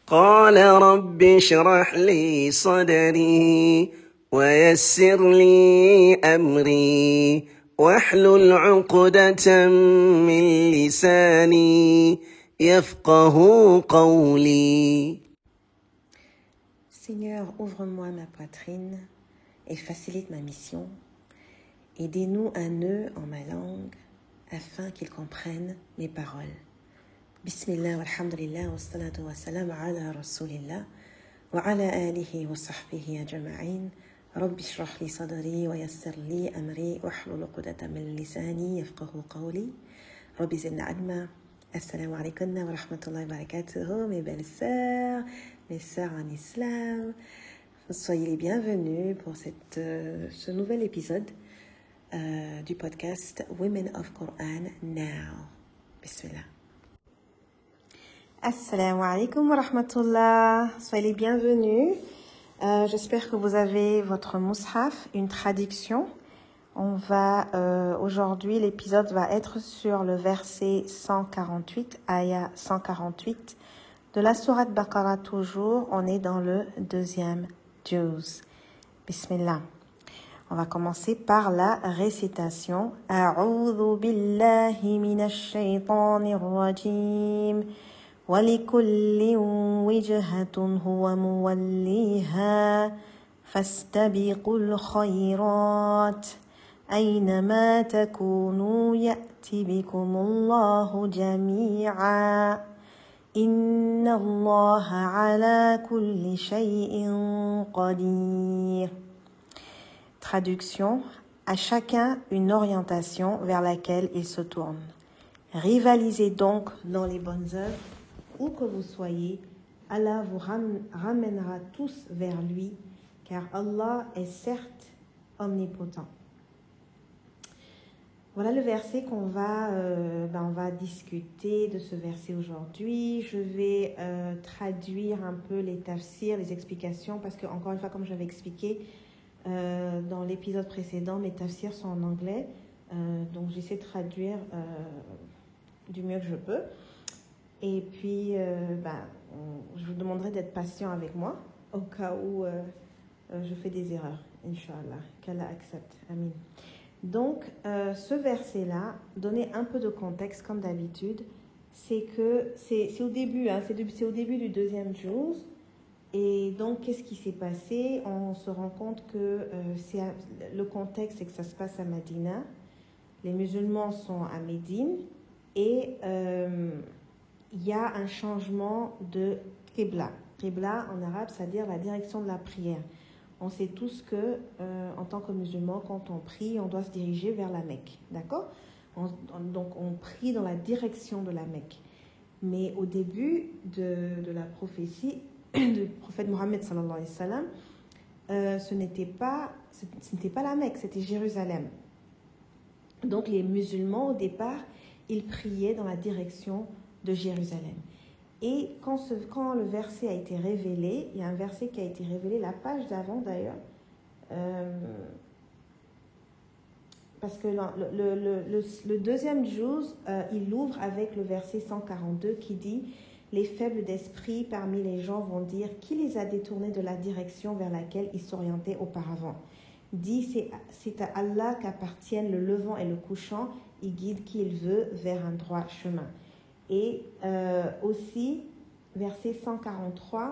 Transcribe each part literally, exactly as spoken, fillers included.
قال رب اشرح لي صدري ويسر لي أمري واحلل عقدة من لساني يفقه قولي. Seigneur, ouvre-moi ma poitrine et facilite ma mission. Aidez-nous un nœud en ma langue afin qu'il comprenne mes paroles. Bismillah, walhamdulillah, wa salatu wa salam ala rasulillah wa ala alihi wa sahbihi ajma'in. Rabbi shrah li sadri wa yassir li amri wa hlul uqdatan min lisani yafqahu qawli. Rabbi zidna ilma. Assalamu alaikum wa rahmatullahi wa barakatuh, mes belles sœurs, mes sœurs en islam. Soyez les bienvenus pour cette, euh, ce nouvel épisode euh, du podcast Women of Quran Now. Bismillah. Assalamu alaikum wa rahmatullah. Soyez les bienvenus. Euh, j'espère que vous avez votre mushaf, une traduction. On va euh, aujourd'hui, l'épisode va être sur le verset cent quarante-huit, ayah cent quarante-huit de la sourate Baqara toujours. On est dans le deuxième juz. Bismillah. On va commencer par la récitation. A'udhu billahi minash shaytanir rajim. Wa likullin wijhatun huwa muwalliha. Fastabiqul khayrat. أينما تكونوا يأتي بكم الله جميعا إن الله على كل شيء قدير. Traduction: à chacun une orientation vers laquelle il se tourne. Rivalisez donc dans les bonnes œuvres, où que vous soyez, Allah vous ram- ramènera tous vers lui, car Allah est certes omnipotent. Voilà le verset qu'on va, euh, ben on va discuter de ce verset aujourd'hui. Je vais euh, traduire un peu les tafsirs, les explications, parce que encore une fois, comme j'avais expliqué euh, dans l'épisode précédent, mes tafsirs sont en anglais, euh, donc j'essaie de traduire euh, du mieux que je peux. Et puis, euh, ben, on, je vous demanderai d'être patient avec moi, au cas où euh, euh, je fais des erreurs, Inch'Allah, qu'Allah accepte. Amin. Donc, euh, ce verset-là, donner un peu de contexte comme d'habitude, c'est que c'est, c'est au début, hein, c'est, de, c'est au début du deuxième jour. Et donc, qu'est-ce qui s'est passé? On se rend compte que euh, c'est à, le contexte, c'est que ça se passe à Médina. Les musulmans sont à Médine et euh, il y a un changement de qibla. Qibla en arabe, c'est-à-dire la direction de la prière. On sait tous que, euh, en tant que musulmans, quand on prie, on doit se diriger vers la Mecque, d'accord? on, on, Donc, on prie dans la direction de la Mecque. Mais au début de, de la prophétie du prophète Mohammed sallallahu alayhi wa sallam, euh, ce n'était pas, ce, ce n'était pas la Mecque, c'était Jérusalem. Donc, les musulmans, au départ, ils priaient dans la direction de Jérusalem. Et quand, ce, quand le verset a été révélé, il y a un verset qui a été révélé, la page d'avant d'ailleurs, euh, parce que le, le, le, le, le deuxième juz, euh, il ouvre avec le verset cent quarante-deux qui dit « Les faibles d'esprit parmi les gens vont dire qui les a détournés de la direction vers laquelle ils s'orientaient auparavant. Dit c'est, c'est à Allah qu'appartiennent le levant et le couchant, il guide qui il veut vers un droit chemin. » Et euh, aussi, verset cent quarante-trois,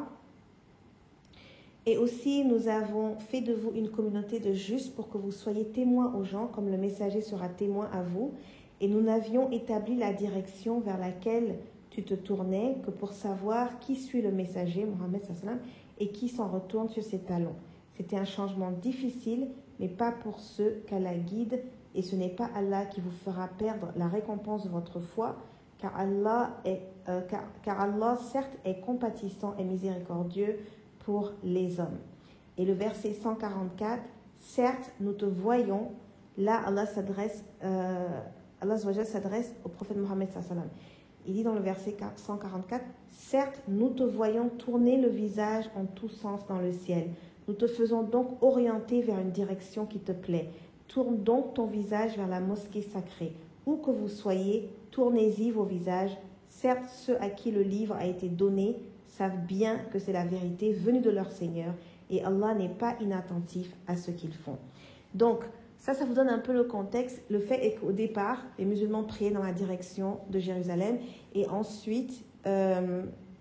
« Et aussi nous avons fait de vous une communauté de justes pour que vous soyez témoins aux gens, comme le messager sera témoin à vous. Et nous n'avions établi la direction vers laquelle tu te tournais que pour savoir qui suit le messager, Mohammed sallallahu alayhi wa sallam, et qui s'en retourne sur ses talons. C'était un changement difficile, mais pas pour ceux qu'Allah guide, et ce n'est pas Allah qui vous fera perdre la récompense de votre foi, car Allah, est, euh, car, car Allah certes est compatissant et miséricordieux pour les hommes. » Et le verset cent quarante-quatre, « Certes, nous te voyons », là Allah s'adresse, euh, Allah s'adresse au prophète Mohammed sallallahu alayhi wa sallam. Il dit dans le verset cent quarante-quatre, « Certes, nous te voyons tourner le visage en tous sens dans le ciel. Nous te faisons donc orienter vers une direction qui te plaît. Tourne donc ton visage vers la mosquée sacrée. Où que vous soyez, tournez-y vos visages. Certes, ceux à qui le livre a été donné savent bien que c'est la vérité venue de leur Seigneur et Allah n'est pas inattentif à ce qu'ils font. Donc, ça, ça vous donne un peu le contexte. Le fait est qu'au départ, les musulmans priaient dans la direction de Jérusalem et ensuite, euh,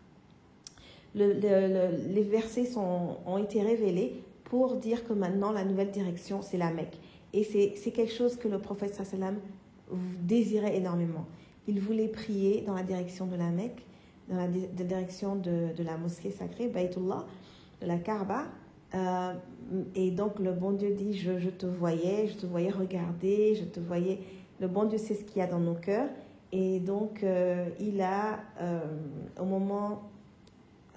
le, le, le, les versets sont, ont été révélés pour dire que maintenant, la nouvelle direction, c'est la Mecque. Et c'est, c'est quelque chose que le prophète sallam désirait énormément. Il voulait prier dans la direction de la Mecque, dans la di- de direction de, de la mosquée sacrée, Baytullah, de la Kaaba. Euh, et donc le bon Dieu dit, je, je te voyais, je te voyais regarder, je te voyais. Le bon Dieu sait ce qu'il y a dans nos cœurs. Et donc euh, il a, euh, au moment, euh,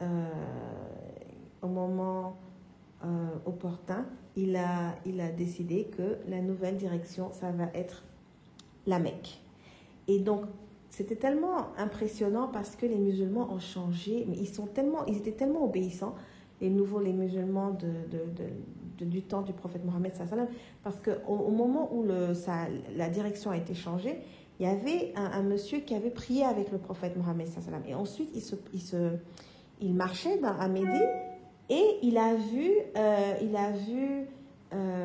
au moment euh, opportun, il a, il a décidé que la nouvelle direction, ça va être la Mecque. Et donc, c'était tellement impressionnant parce que les musulmans ont changé, mais ils, sont tellement, ils étaient tellement obéissants, les nouveaux, les musulmans de, de, de, de, du temps du prophète Mohammed sallallahu alayhi wa sallam, parce qu'au au moment où le, ça, la direction a été changée, il y avait un, un monsieur qui avait prié avec le prophète Mohammed sallallahu alayhi wa sallam. Et ensuite, il, se, il, se, il marchait dans, à Médine et il a vu, euh, il a vu, euh,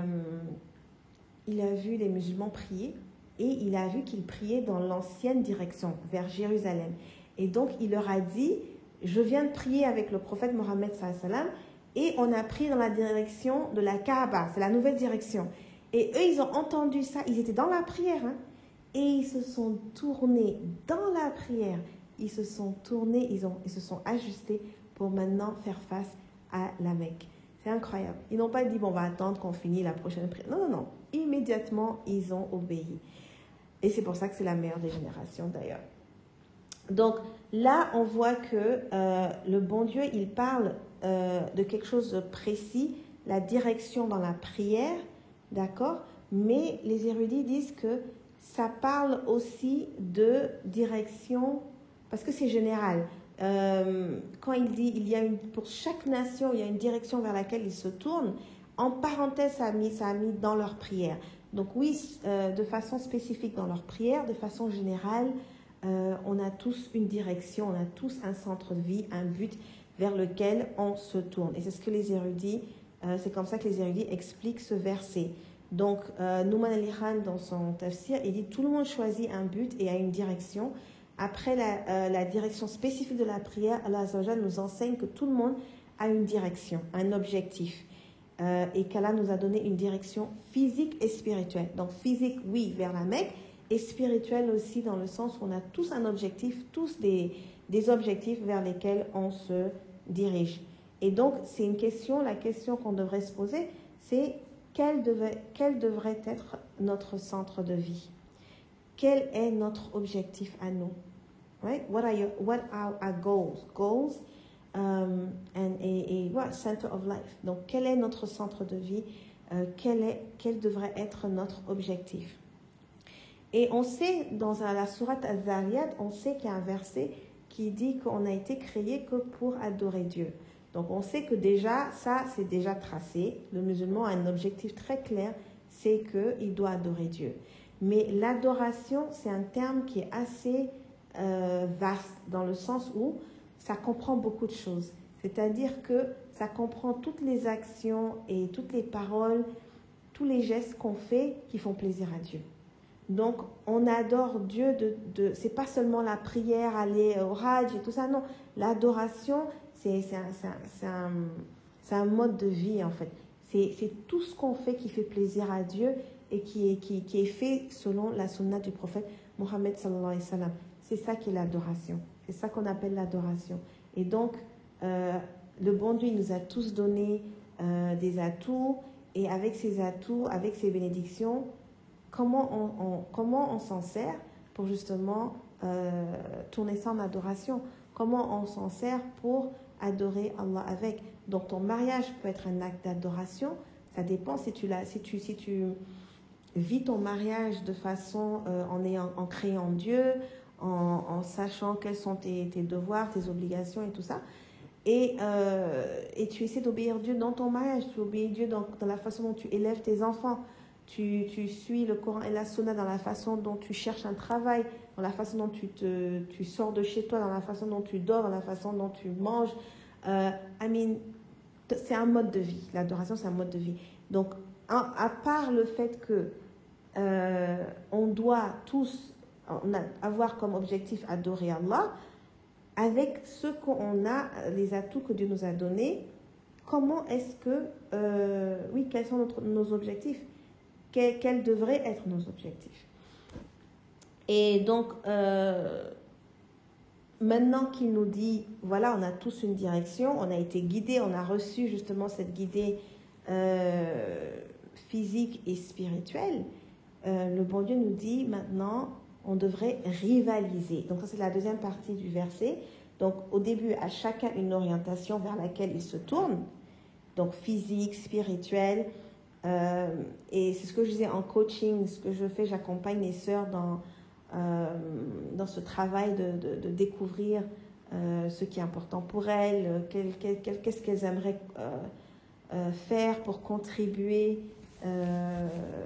il a vu les musulmans prier. Et il a vu qu'ils priaient dans l'ancienne direction, vers Jérusalem. Et donc, il leur a dit, je viens de prier avec le prophète Mohammed sallallahu alayhi wa sallam, et on a prié dans la direction de la Kaaba, c'est la nouvelle direction. Et eux, ils ont entendu ça, ils étaient dans la prière, hein, et ils se sont tournés dans la prière. Ils se sont tournés, ils, ont, ils se sont ajustés pour maintenant faire face à la Mecque. C'est incroyable. Ils n'ont pas dit, bon, on va attendre qu'on finisse la prochaine prière. Non, non, non. Immédiatement, ils ont obéi. Et c'est pour ça que c'est la meilleure des générations d'ailleurs. Donc là, on voit que euh, le bon Dieu, il parle euh, de quelque chose de précis, la direction dans la prière, d'accord? Mais les érudits disent que ça parle aussi de direction, parce que c'est général. Euh, quand il dit, il y a une, pour chaque nation, il y a une direction vers laquelle ils se tournent, en parenthèse, ça a mis, ça a mis dans leur prière. Donc oui, euh, de façon spécifique dans leur prière, de façon générale, euh, on a tous une direction, on a tous un centre de vie, un but vers lequel on se tourne. Et c'est ce que les érudits, euh, c'est comme ça que les érudits expliquent ce verset. Donc, euh, Nouman al-Ihan, dans son tafsir, il dit tout le monde choisit un but et a une direction. Après la, euh, la direction spécifique de la prière, Allah Azza wa Jalla nous enseigne que tout le monde a une direction, un objectif. Euh, et qu'Allah nous a donné une direction physique et spirituelle. Donc physique, oui, vers la Mecque, et spirituelle aussi dans le sens où on a tous un objectif, tous des, des objectifs vers lesquels on se dirige. Et donc c'est une question, la question qu'on devrait se poser, c'est quel devait, quel devrait être notre centre de vie? Quel est notre objectif à nous? Right? What are, your, what are our goals? Goals Um, and a, a what, center of life. Donc, quel est notre centre de vie? euh, quel, est, quel devrait être notre objectif? Et on sait, dans la sourate Az-Zariyat, on sait qu'il y a un verset qui dit qu'on a été créé que pour adorer Dieu. Donc, on sait que déjà, ça, c'est déjà tracé. Le musulman a un objectif très clair, c'est qu'il doit adorer Dieu. Mais l'adoration, c'est un terme qui est assez euh, vaste, dans le sens où ça comprend beaucoup de choses. C'est-à-dire que ça comprend toutes les actions et toutes les paroles, tous les gestes qu'on fait qui font plaisir à Dieu. Donc, on adore Dieu, de, de, c'est pas seulement la prière, aller au Hajj et tout ça, non. L'adoration, c'est, c'est, un, c'est, un, c'est, un, c'est un mode de vie, en fait. C'est, c'est tout ce qu'on fait qui fait plaisir à Dieu et qui est, qui, qui est fait selon la sunna du prophète Mohammed sallallahu alayhi wa sallam. C'est ça qui est l'adoration. C'est ça qu'on appelle l'adoration. Et donc, euh, le bon Dieu, il nous a tous donné euh, des atouts. Et avec ces atouts, avec ces bénédictions, comment on, on, comment on s'en sert pour justement euh, tourner ça en adoration? Comment on s'en sert pour adorer Allah avec? Donc, ton mariage peut être un acte d'adoration. Ça dépend si tu, l'as, si tu, si tu vis ton mariage de façon euh, en, ayant, en créant Dieu, En, en sachant quels sont tes, tes devoirs, tes obligations et tout ça. Et, euh, et tu essaies d'obéir Dieu dans ton mariage, tu obéis Dieu dans, dans la façon dont tu élèves tes enfants, tu, tu suis le Coran et la Sunna dans la façon dont tu cherches un travail, dans la façon dont tu, te, tu sors de chez toi, dans la façon dont tu dors, dans la façon dont tu manges. Euh, I mean, c'est un mode de vie. L'adoration, c'est un mode de vie. Donc, à, à part le fait que euh, on doit tous on a, avoir comme objectif adorer Allah, avec ce qu'on a, les atouts que Dieu nous a donnés, comment est-ce que, euh, oui, quels sont notre, nos objectifs? Quels, quels devraient être nos objectifs? Et donc, euh, maintenant qu'il nous dit, voilà, on a tous une direction, on a été guidés, on a reçu justement cette guidée euh, physique et spirituelle, euh, le bon Dieu nous dit maintenant, on devrait rivaliser. Donc ça, c'est la deuxième partie du verset. Donc au début, à chacun une orientation vers laquelle il se tourne, donc physique, spirituelle. Euh, et c'est ce que je disais en coaching, ce que je fais, j'accompagne les sœurs dans, euh, dans ce travail de, de, de découvrir euh, ce qui est important pour elles, quel, quel, quel, qu'est-ce qu'elles aimeraient euh, euh, faire pour contribuer euh,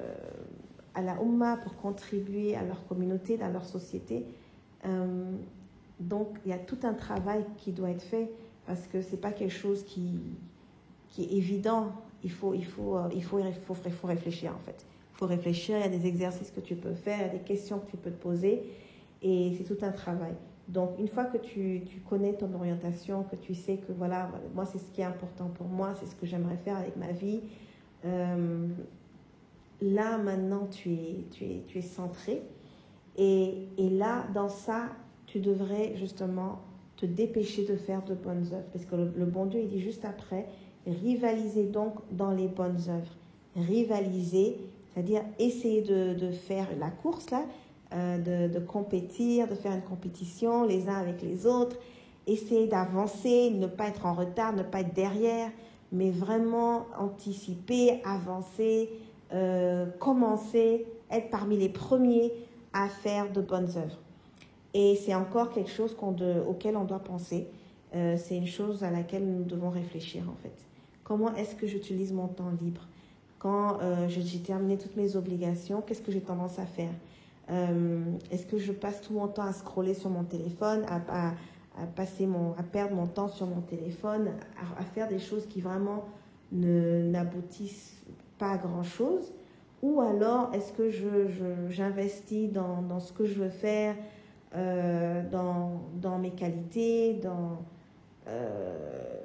à la Ummah, pour contribuer à leur communauté, dans leur société. Euh, donc, il y a tout un travail qui doit être fait parce que ce n'est pas quelque chose qui, qui est évident. Il faut, il, faut, il, faut, il, faut, il faut réfléchir, en fait. Il faut réfléchir, il y a des exercices que tu peux faire, il y a des questions que tu peux te poser et c'est tout un travail. Donc, une fois que tu, tu connais ton orientation, que tu sais que, voilà, moi, c'est ce qui est important pour moi, c'est ce que j'aimerais faire avec ma vie, euh, là, maintenant, tu es, tu es, tu es centré. Et, et là, dans ça, tu devrais justement te dépêcher de faire de bonnes œuvres. Parce que le, le bon Dieu, il dit juste après, rivaliser donc dans les bonnes œuvres. Rivaliser, c'est-à-dire essayer de, de faire la course, là, euh, de, de compétir, de faire une compétition les uns avec les autres, essayer d'avancer, ne pas être en retard, ne pas être derrière, mais vraiment anticiper, avancer, euh, commencer, être parmi les premiers à faire de bonnes œuvres. Et c'est encore quelque chose qu'on de, auquel on doit penser. Euh, c'est une chose à laquelle nous devons réfléchir en fait. Comment est-ce que j'utilise mon temps libre? Quand euh, j'ai terminé toutes mes obligations, qu'est-ce que j'ai tendance à faire? euh, Est-ce que je passe tout mon temps à scroller sur mon téléphone, à, à, à, passer mon, à perdre mon temps sur mon téléphone, à, à faire des choses qui vraiment ne, n'aboutissent pas à grand-chose? Ou alors, est-ce que je, je, j'investis dans, dans ce que je veux faire, euh, dans, dans mes qualités, dans... Euh,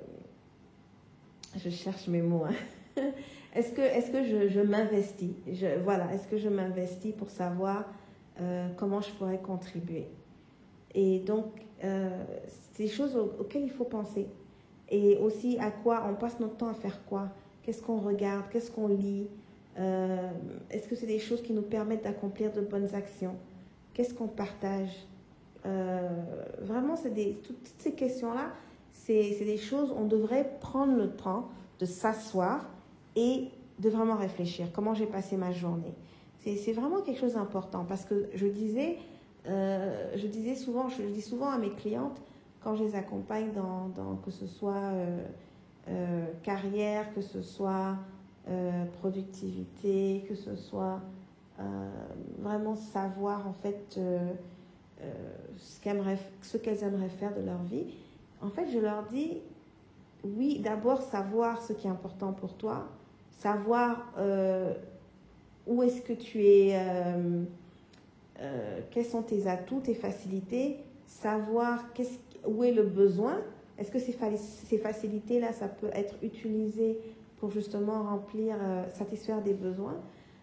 je cherche mes mots. Hein. Est-ce que, est-ce que je, je m'investis je, Voilà, est-ce que je m'investis pour savoir euh, comment je pourrais contribuer? Et donc, euh, c'est des choses auxquelles il faut penser. Et aussi, à quoi on passe notre temps à faire quoi? Qu'est-ce qu'on regarde? Qu'est-ce qu'on lit? Euh, est-ce que c'est des choses qui nous permettent d'accomplir de bonnes actions? Qu'est-ce qu'on partage? euh, Vraiment, c'est des, toutes, toutes ces questions-là, c'est, c'est des choses, on devrait prendre le temps de s'asseoir et de vraiment réfléchir. Comment j'ai passé ma journée? C'est, c'est vraiment quelque chose d'important parce que je disais, euh, je disais souvent, je dis souvent à mes clientes, quand je les accompagne dans, dans que ce soit euh, euh, carrière, que ce soit Euh, productivité, que ce soit euh, vraiment savoir en fait euh, euh, ce, qu'aimeraient, ce qu'elles aimeraient faire de leur vie. En fait, je leur dis, oui, d'abord savoir ce qui est important pour toi, savoir euh, où est-ce que tu es, euh, euh, quels sont tes atouts, tes facilités, savoir qu'est-ce, où est le besoin. Est-ce que ces, ces facilités-là, ça peut être utilisé pour justement remplir, euh, satisfaire des besoins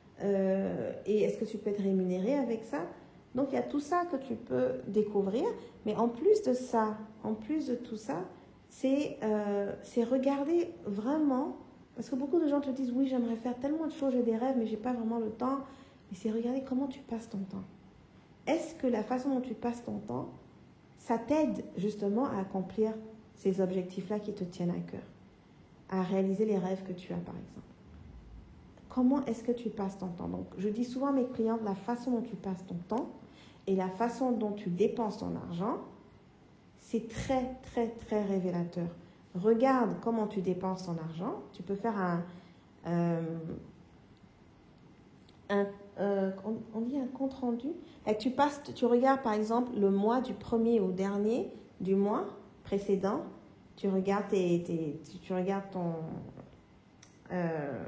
euh, et est-ce que tu peux être rémunéré avec ça? Donc il y a tout ça que tu peux découvrir, mais en plus de ça, en plus de tout ça, c'est, euh, c'est regarder vraiment, parce que beaucoup de gens te disent oui, j'aimerais faire tellement de choses, j'ai des rêves, mais j'ai pas vraiment le temps, mais c'est regarder comment tu passes ton temps. Est-ce que la façon dont tu passes ton temps, ça t'aide justement à accomplir ces objectifs-là qui te tiennent à cœur, à réaliser les rêves que tu as, par exemple? Comment est-ce que tu passes ton temps? Donc, je dis souvent à mes clientes, la façon dont tu passes ton temps et la façon dont tu dépenses ton argent, c'est très, très, très révélateur. Regarde comment tu dépenses ton argent. Tu peux faire un, euh, un, euh, on, on dit un compte rendu. Et tu passes, tu regardes par exemple le mois du premier au dernier du mois précédent. Tu regardes, tes, tes, tu, tu regardes ton, euh,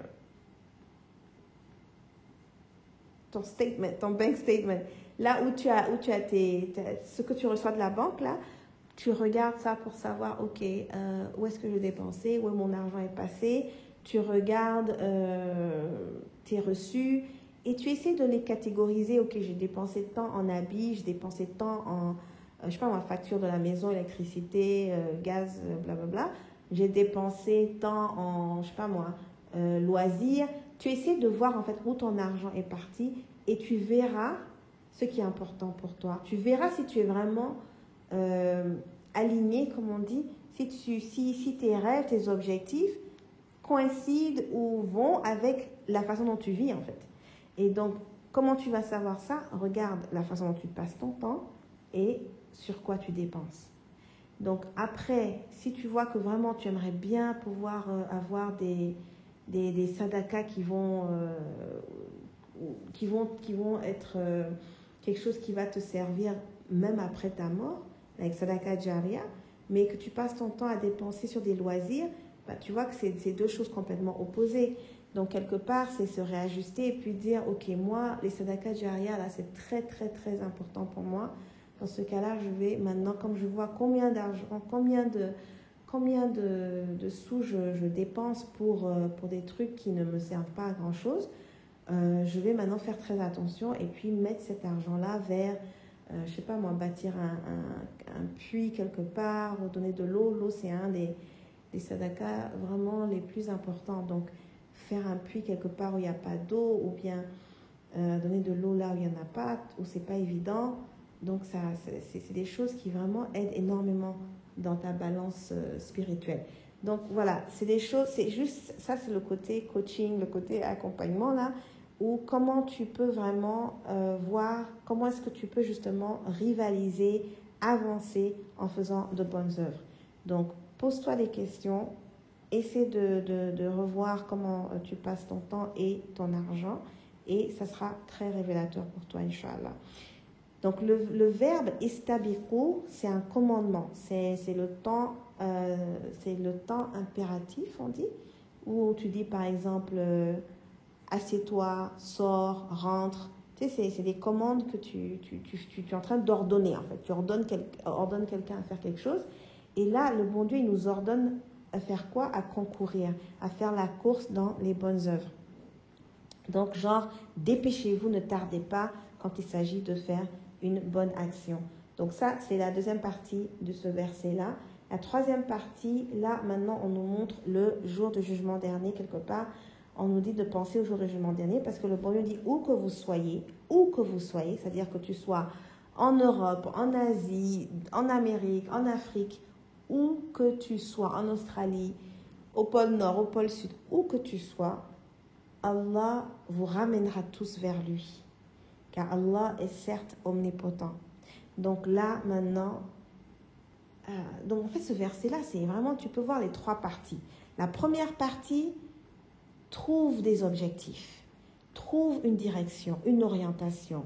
ton statement, ton bank statement. Là où tu as, où tu as tes, tes, ce que tu reçois de la banque, là, tu regardes ça pour savoir, ok, euh, où est-ce que je dépensé, où mon argent est passé. Tu regardes euh, tes reçus et tu essaies de les catégoriser. Ok, j'ai dépensé tant en habits, j'ai dépensé tant en, euh, je sais pas, ma facture de la maison, électricité, euh, gaz, euh, blablabla. J'ai dépensé tant en, je sais pas moi, euh, loisirs. Tu essaies de voir en fait où ton argent est parti et tu verras ce qui est important pour toi. Tu verras si tu es vraiment euh, aligné, comme on dit, si, tu, si, si tes rêves, tes objectifs coïncident ou vont avec la façon dont tu vis en fait. Et donc, comment tu vas savoir ça? Regarde la façon dont tu passes ton temps et sur quoi tu dépenses. Donc après, si tu vois que vraiment tu aimerais bien pouvoir euh, avoir des, des, des sadakas qui vont, euh, qui vont, qui vont être euh, quelque chose qui va te servir même après ta mort, avec sadaka jariya, mais que tu passes ton temps à dépenser sur des loisirs, bah, tu vois que c'est, c'est deux choses complètement opposées. Donc quelque part, c'est se réajuster et puis dire, ok, moi, les sadaka jariya, là, c'est très, très, très important pour moi. Dans ce cas-là, je vais maintenant, comme je vois combien d'argent, combien de, combien de, de sous je, je dépense pour, euh, pour des trucs qui ne me servent pas à grand-chose, euh, je vais maintenant faire très attention et puis mettre cet argent-là vers, euh, je sais pas moi, bâtir un, un, un puits quelque part, ou donner de l'eau. L'eau, c'est un des, des sadakas vraiment les plus importants. Donc, faire un puits quelque part où il n'y a pas d'eau, ou bien euh, donner de l'eau là où il n'y en a pas, où c'est pas évident. Donc, ça, c'est, c'est des choses qui vraiment aident énormément dans ta balance euh, spirituelle. Donc, voilà, c'est des choses, c'est juste, ça c'est le côté coaching, le côté accompagnement là, ou comment tu peux vraiment euh, voir, comment est-ce que tu peux justement rivaliser, avancer en faisant de bonnes œuvres. Donc, pose-toi des questions, essaie de, de, de revoir comment tu passes ton temps et ton argent, et ça sera très révélateur pour toi, Inch'Allah. Donc, le, le verbe istabiqu, c'est un commandement, c'est, c'est, le temps, euh, c'est le temps impératif, on dit, où tu dis par exemple... Euh, assieds-toi, sors, rentre. Tu sais, c'est, c'est des commandes que tu, tu, tu, tu, tu es en train d'ordonner, en fait. Tu ordonnes, quel, ordonnes quelqu'un à faire quelque chose. Et là, le bon Dieu, il nous ordonne à faire quoi? À concourir, à faire la course dans les bonnes œuvres. Donc, genre, dépêchez-vous, ne tardez pas quand il s'agit de faire une bonne action. Donc ça, c'est la deuxième partie de ce verset-là. La troisième partie, là, maintenant, on nous montre le jour de jugement dernier, quelque part. On nous dit de penser au jour du jugement dernier parce que le bon Dieu dit où que vous soyez, où que vous soyez, c'est-à-dire que tu sois en Europe, en Asie, en Amérique, en Afrique, où que tu sois, en Australie, au pôle Nord, au pôle Sud, où que tu sois, Allah vous ramènera tous vers lui. Car Allah est certes omnipotent. Donc là, maintenant, euh, donc en fait ce verset-là, c'est vraiment, tu peux voir les trois parties. La première partie, trouve des objectifs, trouve une direction, une orientation.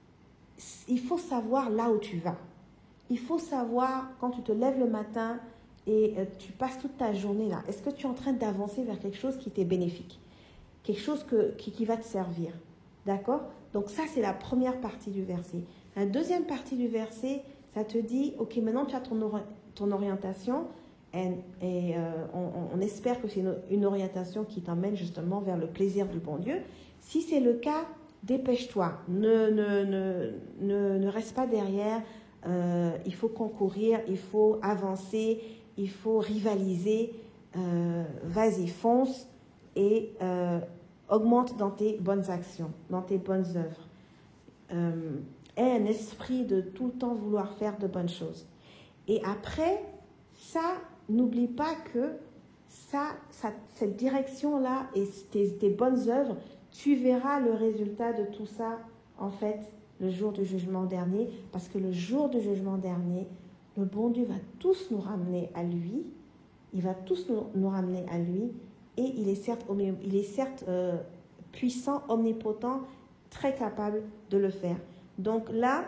Il faut savoir là où tu vas. Il faut savoir quand tu te lèves le matin et euh, tu passes toute ta journée là, est-ce que tu es en train d'avancer vers quelque chose qui t'est bénéfique, quelque chose que, qui, qui va te servir. D'accord? Donc ça, c'est la première partie du verset. La deuxième partie du verset, ça te dit, ok, maintenant tu as ton, ori- ton orientation, et, et euh, on, on espère que c'est une, une orientation qui t'emmène justement vers le plaisir du bon Dieu. Si c'est le cas, dépêche-toi, ne, ne, ne, ne, ne reste pas derrière, euh, il faut concourir, il faut avancer, il faut rivaliser, euh, vas-y, fonce et euh, augmente dans tes bonnes actions, dans tes bonnes œuvres. Euh, aie un esprit de tout le temps vouloir faire de bonnes choses. Et après, ça, n'oublie pas que ça, ça, cette direction-là et tes, tes bonnes œuvres, tu verras le résultat de tout ça, en fait, le jour du jugement dernier, parce que le jour du jugement dernier, le bon Dieu va tous nous ramener à lui, il va tous nous, nous ramener à lui, et il est certes, il est certes euh, puissant, omnipotent, très capable de le faire. Donc là,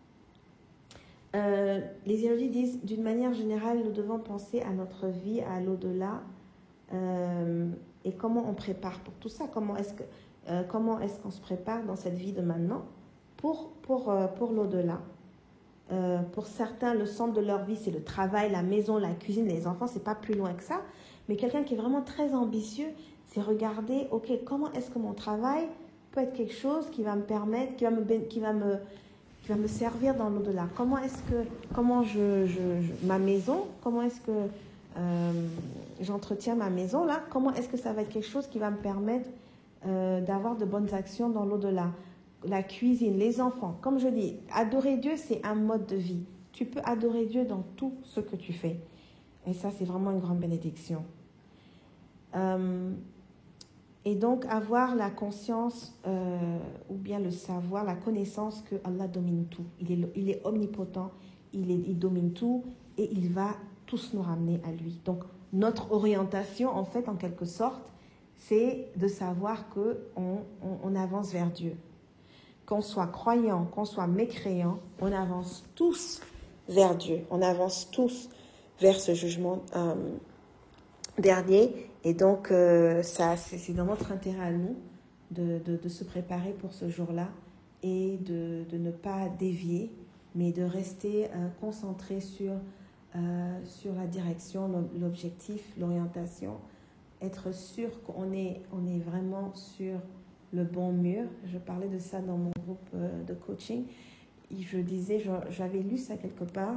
euh, les érudits disent, d'une manière générale, nous devons penser à notre vie, à l'au-delà, euh, et comment on prépare pour tout ça, comment est-ce que, euh, comment est-ce qu'on se prépare dans cette vie de maintenant pour, pour, euh, pour l'au-delà. Euh, pour certains, le centre de leur vie, c'est le travail, la maison, la cuisine, les enfants, c'est pas plus loin que ça. Mais quelqu'un qui est vraiment très ambitieux, c'est regarder, ok, comment est-ce que mon travail peut être quelque chose qui va me permettre, qui va me, qui va me, qui va me servir dans l'au-delà. Comment est-ce que, comment je, je, je ma maison, comment est-ce que euh, j'entretiens ma maison là, comment est-ce que ça va être quelque chose qui va me permettre euh, d'avoir de bonnes actions dans l'au-delà. La cuisine, les enfants, comme je dis, adorer Dieu, c'est un mode de vie. Tu peux adorer Dieu dans tout ce que tu fais. Et ça, c'est vraiment une grande bénédiction. Euh, et donc, avoir la conscience, euh, ou bien le savoir, la connaissance que Allah domine tout. Il est, il est omnipotent, il, est, il domine tout, et il va tous nous ramener à lui. Donc, notre orientation, en fait, en quelque sorte, c'est de savoir qu'on on, on avance vers Dieu. Qu'on soit croyant, qu'on soit mécréant, on avance tous vers Dieu. On avance tous vers ce jugement euh, dernier. Et donc, euh, ça, c'est, c'est dans notre intérêt à nous de, de, de se préparer pour ce jour-là et de, de ne pas dévier, mais de rester euh, concentré sur, euh, sur la direction, l'objectif, l'orientation. Être sûr qu'on est, on est vraiment sur le bon mur. Je parlais de ça dans mon groupe euh, de coaching. Et je disais, je, j'avais lu ça quelque part.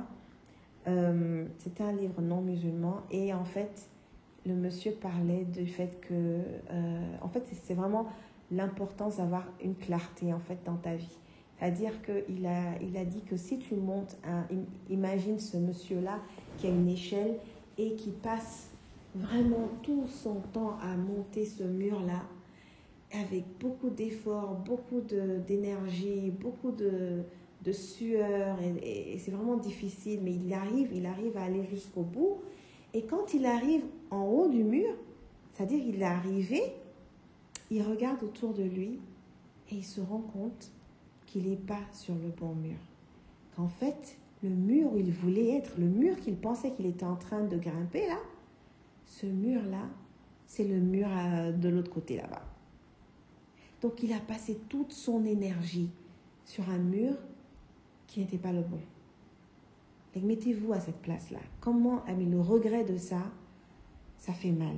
Euh, c'était un livre non musulman. Et en fait, le monsieur parlait du fait que... Euh, en fait, c'est vraiment l'importance d'avoir une clarté, en fait, dans ta vie. C'est-à-dire qu'il a, il a dit que si tu montes... Un, imagine ce monsieur-là qui a une échelle et qui passe vraiment tout son temps à monter ce mur-là, avec beaucoup d'efforts, beaucoup de, d'énergie, beaucoup de, de sueur, et, et, et c'est vraiment difficile, mais il arrive, il arrive à aller jusqu'au bout. Et quand il arrive en haut du mur, c'est-à-dire qu'il est arrivé, il regarde autour de lui et il se rend compte qu'il n'est pas sur le bon mur. Qu'en fait, le mur où il voulait être, le mur qu'il pensait qu'il était en train de grimper là, ce mur-là, c'est le mur à, de l'autre côté là-bas. Donc, il a passé toute son énergie sur un mur qui n'était pas le bon. Et mettez-vous à cette place-là. Comment, ah mais le regret de ça, ça fait mal.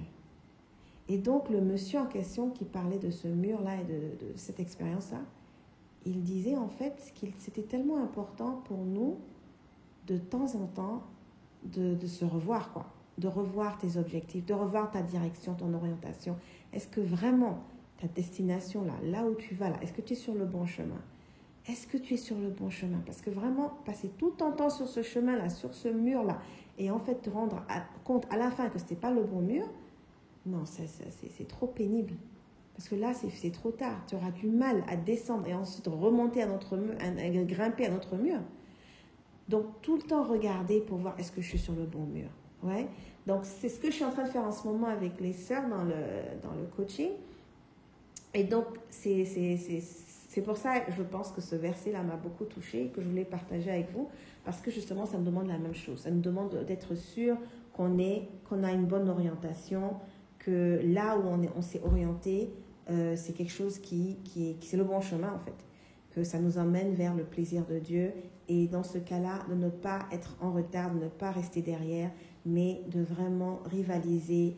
Et donc, le monsieur en question qui parlait de ce mur-là et de, de cette expérience-là, il disait en fait que c'était tellement important pour nous, de temps en temps, de, de se revoir, quoi. De revoir tes objectifs, de revoir ta direction, ton orientation. Est-ce que vraiment... ta destination là, là où tu vas là, est-ce que tu es sur le bon chemin? Est-ce que tu es sur le bon chemin? Parce que vraiment, passer tout ton temps sur ce chemin-là, sur ce mur-là, et en fait te rendre à, compte à la fin que ce n'était pas le bon mur, non, c'est, c'est, c'est trop pénible. Parce que là, c'est, c'est trop tard. Tu auras du mal à descendre et ensuite remonter à notre mur, à, à grimper à notre mur. Donc, tout le temps regarder pour voir est-ce que je suis sur le bon mur. Ouais? Donc, c'est ce que je suis en train de faire en ce moment avec les sœurs dans le, dans le coaching. Et donc, c'est, c'est, c'est, c'est pour ça que je pense que ce verset-là m'a beaucoup touchée et que je voulais partager avec vous, parce que justement, ça me demande la même chose. Ça nous demande d'être sûr qu'on, est, qu'on a une bonne orientation, que là où on, est, on s'est orienté, euh, c'est quelque chose qui, qui, est, qui c'est le bon chemin, en fait. Que ça nous emmène vers le plaisir de Dieu. Et dans ce cas-là, de ne pas être en retard, de ne pas rester derrière, mais de vraiment rivaliser,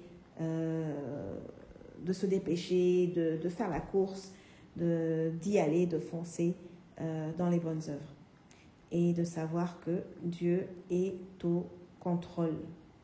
euh, de se dépêcher, de, de faire la course, de, d'y aller, de foncer euh, dans les bonnes œuvres. Et de savoir que Dieu est au contrôle.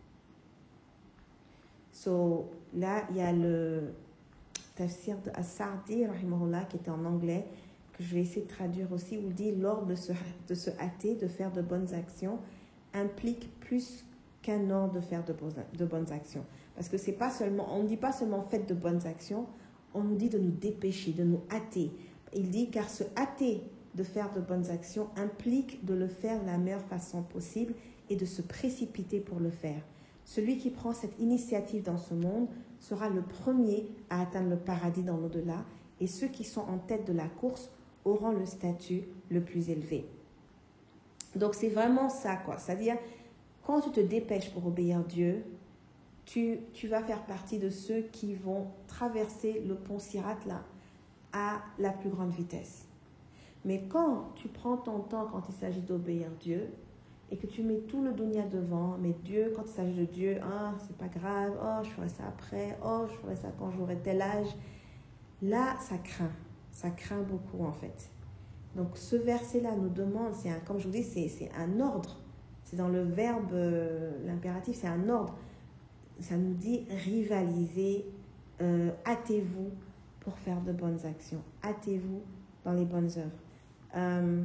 So, là, il y a le tafsir de As-Sa'di, rahimahullah, qui était en anglais, que je vais essayer de traduire aussi, où il dit « L'ordre de se, de se hâter, de faire de bonnes actions, implique plus qu'un ordre de faire de, de bonnes actions. » Parce que c'est pas seulement, on ne dit pas seulement « faites de bonnes actions », on nous dit de nous dépêcher, de nous hâter. Il dit « Car se hâter de faire de bonnes actions implique de le faire de la meilleure façon possible et de se précipiter pour le faire. Celui qui prend cette initiative dans ce monde sera le premier à atteindre le paradis dans l'au-delà, et ceux qui sont en tête de la course auront le statut le plus élevé. Donc c'est vraiment ça, quoi. C'est-à-dire, quand tu te dépêches pour obéir Dieu, tu, tu vas faire partie de ceux qui vont traverser le pont Sirat là à la plus grande vitesse. Mais quand tu prends ton temps quand il s'agit d'obéir Dieu et que tu mets tout le dunya devant, mais Dieu, quand il s'agit de Dieu, ah, c'est pas grave, oh, je ferai ça après, oh, je ferai ça quand j'aurai tel âge, là, ça craint, ça craint beaucoup en fait. Donc ce verset-là nous demande, c'est un, comme je vous dis, c'est, c'est un ordre, c'est dans le verbe, euh, l'impératif, c'est un ordre. Ça nous dit rivalisez, euh, hâtez-vous pour faire de bonnes actions, hâtez-vous dans les bonnes œuvres. Euh,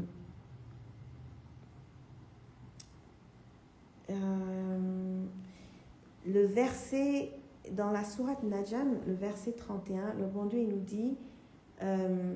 euh, le verset dans la sourate Najm, le verset trente et un, le bon Dieu il nous dit euh,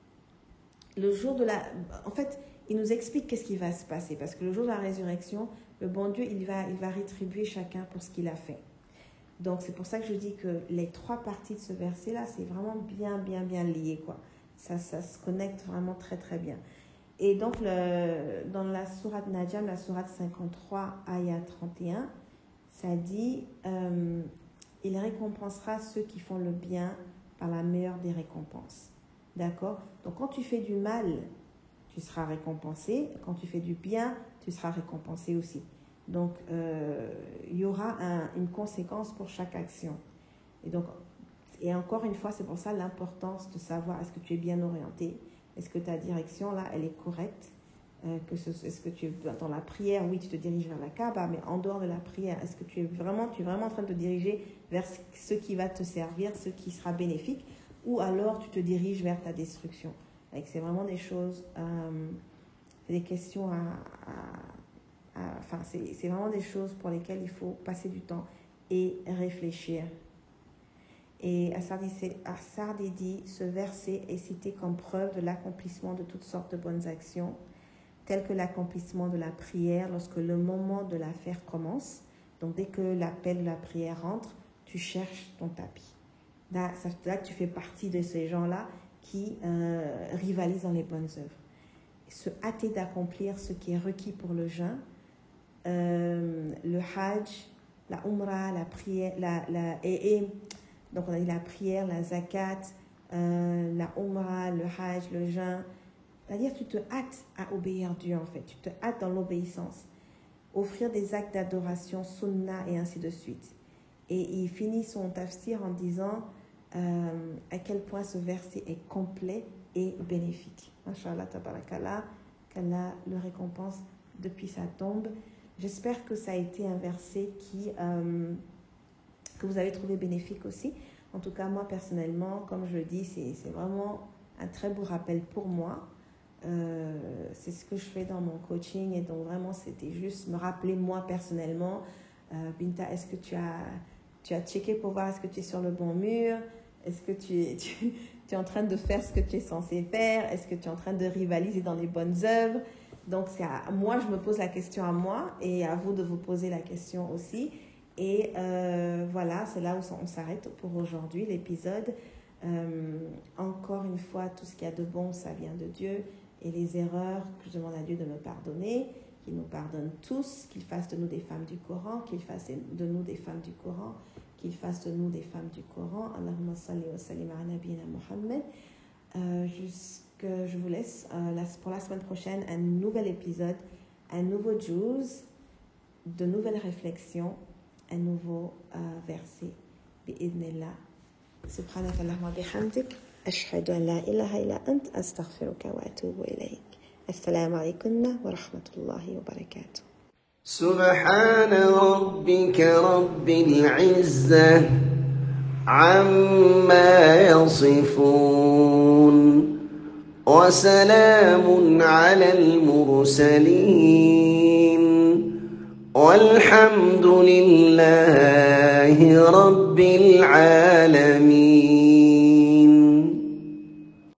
le jour de la, en fait il nous explique qu'est-ce qui va se passer, parce que le jour de la résurrection, le bon Dieu il va, il va rétribuer chacun pour ce qu'il a fait. Donc c'est pour ça que je dis que les trois parties de ce verset là, c'est vraiment bien bien bien lié, quoi. Ça, ça se connecte vraiment très très bien. Et donc, le, dans la sourate Najm, la sourate cinquante-trois, ayat trente et un, ça dit euh, « Il récompensera ceux qui font le bien par la meilleure des récompenses. » D'accord ? Donc, quand tu fais du mal, tu seras récompensé. Quand tu fais du bien, tu seras récompensé aussi. Donc, euh, il y aura un, une conséquence pour chaque action. Et donc, et encore une fois, c'est pour ça l'importance de savoir est-ce que tu es bien orienté, est-ce que ta direction là, elle est correcte, euh, que ce, est-ce que tu es dans la prière, oui, tu te diriges vers la Kaaba, mais en dehors de la prière, est-ce que tu es vraiment, tu es vraiment en train de te diriger vers ce qui va te servir, ce qui sera bénéfique, ou alors tu te diriges vers ta destruction. Donc, c'est vraiment des choses, euh, des questions à, à, à enfin, c'est, c'est vraiment des choses pour lesquelles il faut passer du temps et réfléchir. Et As-Sardi dit, ce verset est cité comme preuve de l'accomplissement de toutes sortes de bonnes actions, telles que l'accomplissement de la prière lorsque le moment de la faire commence. Donc dès que l'appel de la prière rentre, tu cherches ton tapis. Là, ça, là tu fais partie de ces gens-là qui euh, rivalisent dans les bonnes œuvres. Se hâter d'accomplir ce qui est requis pour le jeûne, euh, le hajj, la umrah, la prière, la, la, et, et donc on a dit la prière, la zakat, euh, la umrah, le hajj, le jeûne. C'est-à-dire tu te hâtes à obéir Dieu en fait, tu te hâtes dans l'obéissance. Offrir des actes d'adoration, sunnah et ainsi de suite. Et il finit son tafsir en disant euh, à quel point ce verset est complet et bénéfique. Inch'Allah, tabarakallah, qu'Allah le récompense depuis sa tombe. J'espère que ça a été un verset qui... Euh, que vous avez trouvé bénéfique aussi. En tout cas, moi, personnellement, comme je le dis, c'est, c'est vraiment un très beau rappel pour moi. Euh, c'est ce que je fais dans mon coaching. Et donc, vraiment, c'était juste me rappeler, moi, personnellement, euh, Binta, est-ce que tu as, tu as checké pour voir est-ce que tu es sur le bon mur? Est-ce que tu es, tu, tu es en train de faire ce que tu es censé faire? Est-ce que tu es en train de rivaliser dans les bonnes œuvres? Donc, c'est à moi, je me pose la question à moi et à vous de vous poser la question aussi. Et euh, voilà, c'est là où on s'arrête pour aujourd'hui, l'épisode. Euh, encore une fois, tout ce qu'il y a de bon, ça vient de Dieu. Et les erreurs, que je demande à Dieu de me pardonner, qu'il nous pardonne tous, qu'il fasse de nous des femmes du Coran, qu'il fasse de nous des femmes du Coran, qu'il fasse de nous des femmes du Coran. Allahumma salli wa sallim ala nabiyyina Muhammad. Euh, jusque, je vous laisse euh, la, pour la semaine prochaine un nouvel épisode, un nouveau juice, de nouvelles réflexions, un nouveau euh, verset. Bi'idnillah. Subhanaka Allahumma bihamdik. Ashhadu an la ilaha illa ant. Astaghfiruka wa atubu ilayk. Assalamu alaykum wa rahmatullahi wa barakatuh. سبحان ربك رب العزة عما يصفون وسلام على المرسلين والحمد لله رب العالمين.